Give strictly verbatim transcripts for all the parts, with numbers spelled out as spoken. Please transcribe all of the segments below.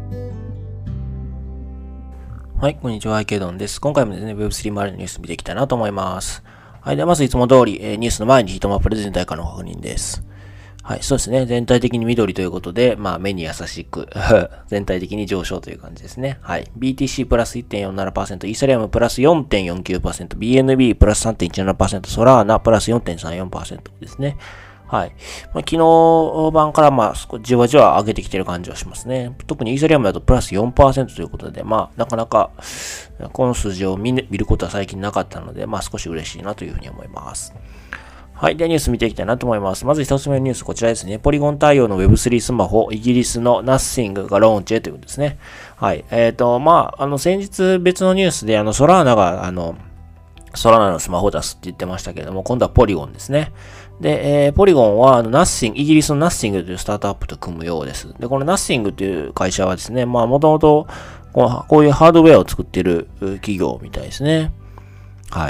はい、こんにちは、アイケードンです。今回もですね、ウェブスリー 周りのニュース見ていきたいなと思います。はい、ではまずいつも通り、えー、ニュースの前にヒートマップで全体化の確認です。はい、そうですね、全体的に緑ということで、まあ目に優しく、全体的に上昇という感じですね。はい、ビーティーシー プラス いってんよんななパーセント、イーサリアムプラス よんてんよんきゅうパーセント、ビーエヌビー プラス さんてんいちななパーセント、ソラーナプラス よんてんさんよんパーセント ですね。はい。まあ、昨日版からまあ、少しじわじわ上げてきてる感じはしますね。特にイーサリアムだとプラス よんパーセント ということで、まあ、なかなか、この数字を見ることは最近なかったので、まあ、少し嬉しいなというふうに思います。はい。ではニュース見ていきたいなと思います。まず一つ目のニュース、こちらですね。ポリゴン対応の ウェブスリー スマホ、イギリスの Nothing がローンチへということですね。はい。えっと、まあ、あの、先日別のニュースで、あの、ソラーナが、あの、ソラーナのスマホを出すって言ってましたけれども、今度はポリゴンですね。で、えー、ポリゴンは、あの、Nothing、イギリスの Nothing というスタートアップと組むようです。で、この Nothing という会社はですね、まあ、もともと、こういうハードウェアを作っている企業みたいですね。はい。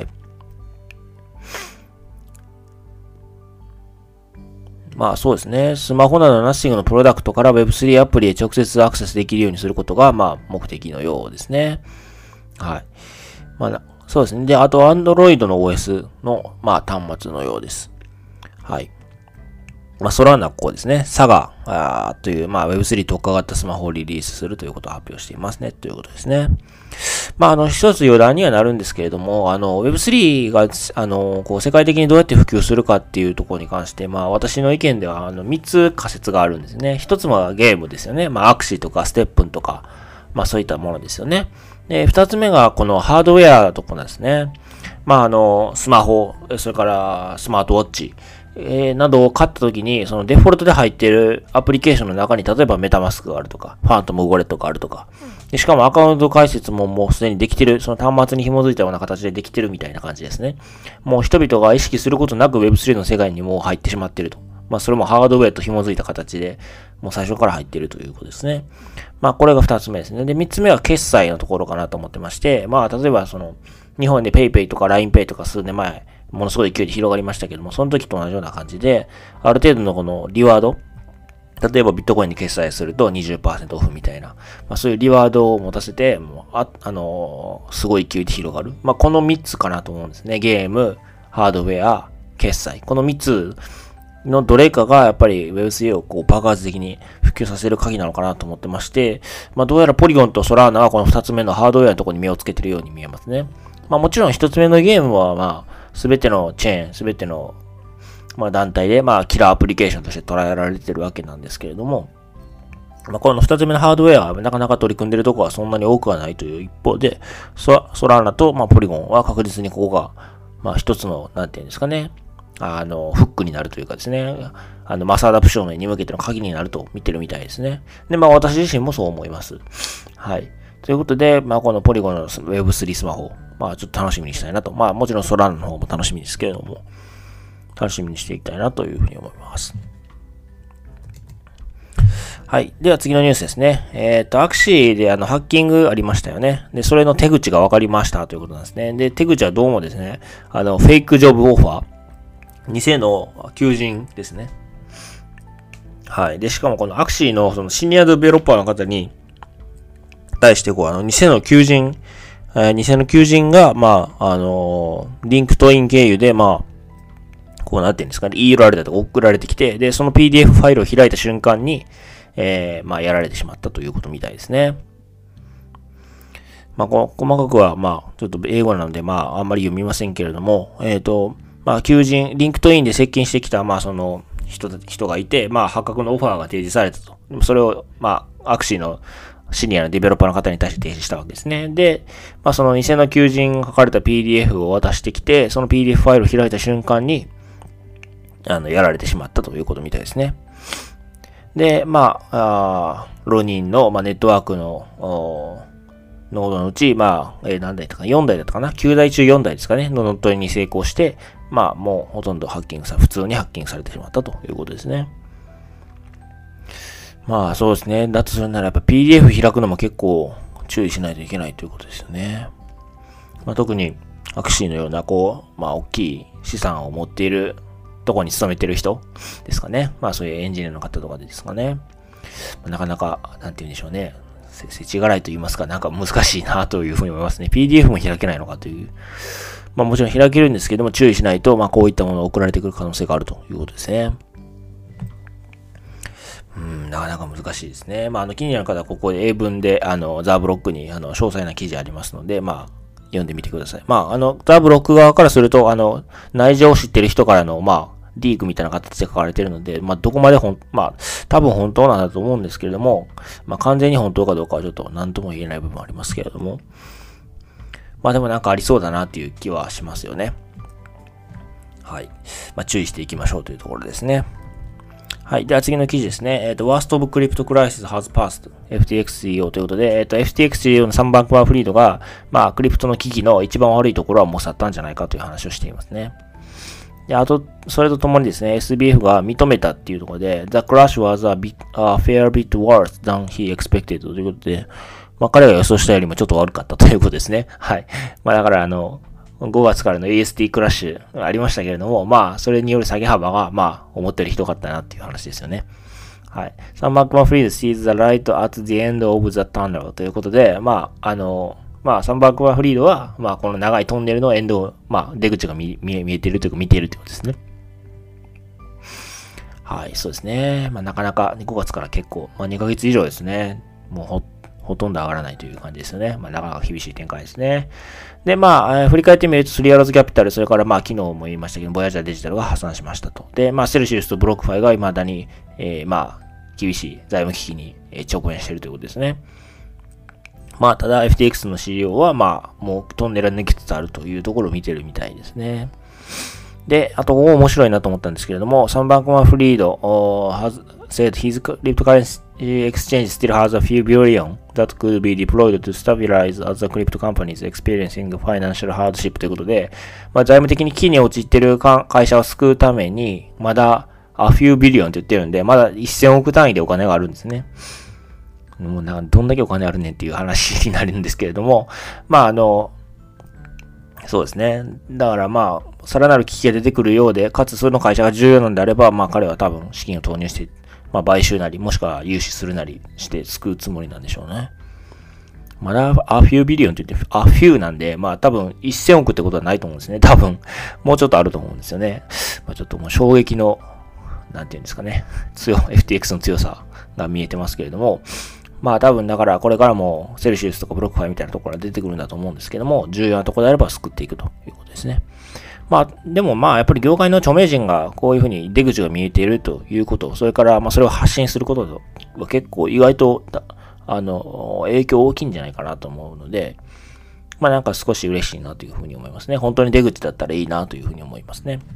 まあそうですね。スマホなどの Nothing のプロダクトから ウェブスリー アプリへ直接アクセスできるようにすることが、まあ目的のようですね。はい。まあ、そうですね。で、あと Android の オーエス の、まあ端末のようです。はい。まあ、ソラーナはこうですね。サガという、まあ ウェブスリー 特化型スマホをリリースするということを発表していますね。ということですね。まあ、あの、一つ余談にはなるんですけれども、あの、ウェブスリー が、あの、こう、世界的にどうやって普及するかっていうところに関して、まあ、私の意見では、あの、三つ仮説があるんですね。一つはゲームですよね。まあ、アクシーとかステップンとか、まあ、そういったものですよね。で、二つ目が、このハードウェアのところなんですね。まあ、あの、スマホ、それからスマートウォッチ、えー、などを買ったときに、そのデフォルトで入っているアプリケーションの中に、例えばメタマスクがあるとか、ファントムウォレットがあるとか、でしかもアカウント開設ももうすでにできてる、その端末に紐づいたような形でできてるみたいな感じですね。もう人々が意識することなく ウェブスリー の世界にもう入ってしまっていると。まあそれもハードウェアと紐づいた形で、もう最初から入っているということですね。まあこれが二つ目ですね。で、三つ目は決済のところかなと思ってまして、まあ例えばその、日本で PayPay とか ラインペイ とか数年前、ものすごい勢いで広がりましたけども、その時と同じような感じで、ある程度のこのリワード、例えばビットコインに決済すると にじゅっパーセント オフみたいな、まあ、そういうリワードを持たせて、もうあ、あのー、すごい勢いで広がる。まあ、このみっつかなと思うんですね。ゲーム、ハードウェア、決済。このみっつのどれかがやっぱり ウェブスリー をこう爆発的に普及させる鍵なのかなと思ってまして、まあ、どうやらポリゴンとソラーナはこのふたつめのハードウェアのところに目をつけてるように見えますね。まあ、もちろんひとつめのゲームはまあ、すべてのチェーン、すべての、まあ、団体で、まあ、キラーアプリケーションとして捉えられてるわけなんですけれども、まあ、この二つ目のハードウェアはなかなか取り組んでいるところはそんなに多くはないという一方で、ソ, ソラーナと、まあ、ポリゴンは確実にここが、まあ、一つの、なんていうんですかね、あの、フックになるというかですね、あの、マスアダプ証明に向けての鍵になると見てるみたいですね。で、まあ、私自身もそう思います。はい。ということで、まあ、このポリゴンの ウェブスリー スマホ、まあ、ちょっと楽しみにしたいなと。まあ、もちろんソラーナの方も楽しみですけれども、楽しみにしていきたいなというふうに思います。はい。では次のニュースですね。えっと、アクシーであの、ハッキングありましたよね。で、それの手口が分かりましたということなんですね。で、手口はどうもですね、あの、フェイクジョブオファー。偽の求人ですね。はい。で、しかもこのアクシーのそのシニアデベロッパーの方に対してこう、あの、偽の求人、えー、偽の求人が、まあ、あのー、リンクトイン経由で、まあ、こうなってるんですかね、言いられたとか送られてきて、で、その ピーディーエフ ファイルを開いた瞬間に、えー、まあ、やられてしまったということみたいですね。まあ、この細かくは、まあ、ちょっと英語なので、まあ、あんまり読みませんけれども、えっと、まあ、求人、リンクトインで接近してきた、まあ、その人、人がいて、まあ、破格のオファーが提示されたと。でもそれを、まあ、アクシーのシニアのデベロッパーの方に対して提示したわけですね。で、まあ、その偽の求人が書かれた ピーディーエフ を渡してきて、その ピーディーエフ ファイルを開いた瞬間に、あの、やられてしまったということみたいですね。で、まあ、あ浪人の、まあ、ネットワークの、ノードのうち、まあ、えー、何台だったかな ?よん 台だったかな ?きゅう 台中よん台ですかねのノットに成功して、まあ、もうほとんどハッキングさ、普通にハッキングされてしまったということですね。まあ、そうですね。だとするならやっぱ ピーディーエフ 開くのも結構注意しないといけないということですよね。まあ、特に、アクシーのような、こう、まあ、大きい資産を持っているところに勤めている人ですかね。まあ、そういうエンジニアの方とかですかね。なかなか、なんて言うんでしょうね。 せちがらいと言いますか、なんか難しいなというふうに思いますね。ピーディーエフ も開けないのかという。まあもちろん開けるんですけども、注意しないと、まあこういったものを送られてくる可能性があるということですね。うん、なかなか難しいですね。まああの気になる方はここで英文で、あの、ザ・ブロックに、あの、詳細な記事ありますので、まあ、読んでみてください。まあ、あの、ザ・ブロック側からすると、あの、内情を知ってる人からの、まあ、リークみたいな形で書かれているので、まあ、どこまでほん、まあ、多分本当なんだと思うんですけれども、まあ、完全に本当かどうかはちょっと何とも言えない部分もありますけれども、まあ、でもなんかありそうだなっていう気はしますよね。はい。まあ、注意していきましょうというところですね。はい。では次の記事ですね。えっ、ー、と、Worst of Crypto Crisis has passed エフティーエックス シーイーオー ということで、えっ、ー、と、エフティーエックス シーイーオー のサム・バンクマン・フリードが、まあ、クリプトの危機の一番悪いところはもう去ったんじゃないかという話をしていますね。で、あと、それとともにですね、エスビーエフ が認めたっていうところで、The crash was a, bit, a fair bit worse than he expected ということで、まあ、彼が予想したよりもちょっと悪かったということですね。はい。まあ、だからあの、ごがつからの イーエスティー クラッシュありましたけれども、まあ、それによる下げ幅が、まあ、思ったよりひどかったなっていう話ですよね。はい。サンマークマンフリード sees the light at the end of the tunnel ということで、まあ、あの、まあ、サンバークマンフリードは、まあ、この長いトンネルのエンドを、まあ、出口が見、見え、見えているというか、見ているということですね。はい、そうですね。まあ、なかなかごがつから結構、まあ、にかげつ以上ですね。もうほ、ほとんど上がらないという感じですよね。まあ、なかなか厳しい展開ですね。で、まあ、えー、振り返ってみると、スリーアローズキャピタル、それからまあ、昨日も言いましたけど、ボヤジャーデジタルが破産しましたと。で、まあ、セルシウスとブロックファイが未だに、えー、まあ、厳しい財務危機に直面しているということですね。まあ、ただ エフティーエックス の シーイーオー は、まあ、もうトンネル抜きつつあるというところを見てるみたいですね。で、あと、ここ面白いなと思ったんですけれども、サンバンクマンフリード has said his cryptocurrency exchange still has a few billion that could be deployed to stabilize other crypto companies experiencing financial hardship ということで、まあ、財務的に危機に陥っている会社を救うために、まだ a few billion って言ってるんで、まだせんおく単位でお金があるんですね。もうなんかどんだけお金あるねんっていう話になるんですけれども、まああの、そうですね。だからまあ、さらなる危機が出てくるようで、かつその会社が重要なんであれば、まあ彼は多分資金を投入して、まあ買収なり、もしくは融資するなりして救うつもりなんでしょうね。まだ、a few billion って言って、a few なんで、まあ多分せんおくってことはないと思うんですね。多分、もうちょっとあると思うんですよね。まあちょっともう衝撃の、なんていうんですかね。強、エフティーエックス の強さが見えてますけれども、まあ多分だからこれからもセルシウスとかブロックファイみたいなところが出てくるんだと思うんですけども、重要なところであれば救っていくということですね。まあでもまあやっぱり業界の著名人がこういうふうに出口が見えているということ、それからまあそれを発信することは結構意外とあの影響大きいんじゃないかなと思うので、まあなんか少し嬉しいなというふうに思いますね。本当に出口だったらいいなというふうに思いますね。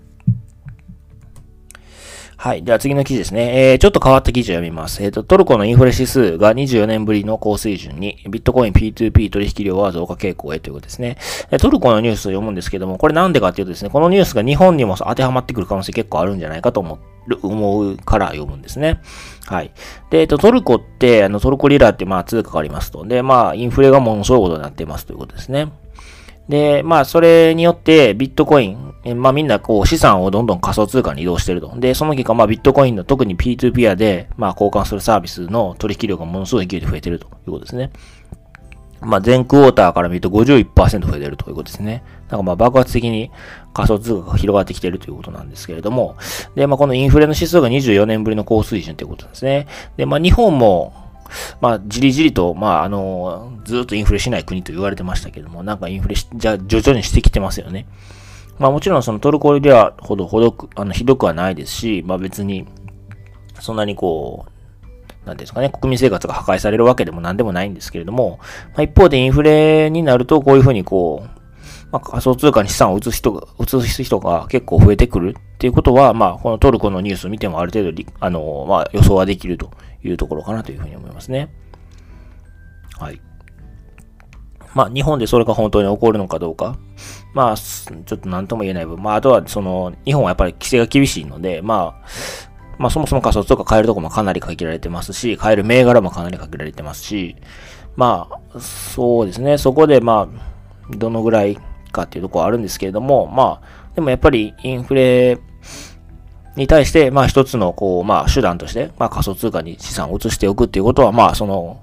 はい。では次の記事ですね。えー、ちょっと変わった記事を読みます。えっと、トルコのインフレ指数がにじゅうよねんぶりの高水準に、ビットコイン ピーツーピー 取引量は増加傾向へということですね。トルコのニュースを読むんですけども、これなんでかっていうとですね、このニュースが日本にも当てはまってくる可能性結構あるんじゃないかと思う、思うから読むんですね。はい。で、えっと、トルコって、あの、トルコリラってまあ通貨がありますと。で、まあ、インフレがものすごいことになっていますということですね。で、まあ、それによって、ビットコイン、まあ、みんな、こう、資産をどんどん仮想通貨に移動してると。で、その結果、まあ、ビットコインの特に ピーツーピー で、まあ、交換するサービスの取引量がものすごい勢いで増えてるということですね。まあ、全クォーターから見ると ごじゅういちパーセント 増えてるということですね。なんかまあ、爆発的に仮想通貨が広がってきているということなんですけれども。で、まあ、このインフレの指数がにじゅうよねんぶりの高水準ということですね。で、まあ、日本も、まあ、じりじりと、まあ、あの、ずっとインフレしない国と言われてましたけども、なんかインフレし、じゃあ徐々にしてきてますよね。まあもちろんそのトルコではほどほどく、あの、ひどくはないですし、まあ別に、そんなにこう、なんですかね、国民生活が破壊されるわけでもなんでもないんですけれども、まあ一方でインフレになるとこういうふうにこう、まあ仮想通貨に資産を移す人が、移す人が結構増えてくるっていうことは、まあこのトルコのニュースを見てもある程度、あの、まあ予想はできるというところかなというふうに思いますね。はい。まあ日本でそれが本当に起こるのかどうか。まあ、ちょっと何とも言えない部分。まああとはその、日本はやっぱり規制が厳しいので、まあ、まあそもそも仮想通貨買えるところもかなり限られてますし、買える銘柄もかなり限られてますし、まあ、そうですね。そこでまあ、どのぐらいかっていうところはあるんですけれども、まあ、でもやっぱりインフレに対して、まあ一つのこう、まあ手段として、まあ仮想通貨に資産を移しておくっていうことは、まあその、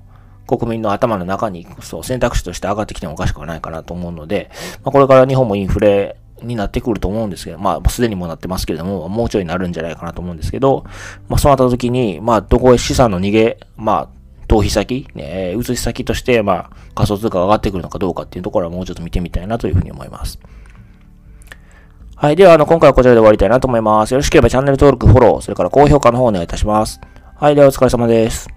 国民の頭の中にそう選択肢として上がってきてもおかしくはないかなと思うので、まあ、これから日本もインフレになってくると思うんですけど、まあ、すでにもうなってますけれども、もうちょいなるんじゃないかなと思うんですけど、まあ、そうなった時に、まあ、どこへ資産の逃げ、まあ、逃避先、ね、移し先として、まあ、仮想通貨が上がってくるのかどうかっていうところはもうちょっと見てみたいなというふうに思います。はい。では、あの、今回はこちらで終わりたいなと思います。よろしければチャンネル登録、フォロー、それから高評価の方をお願いいたします。はい。では、お疲れ様です。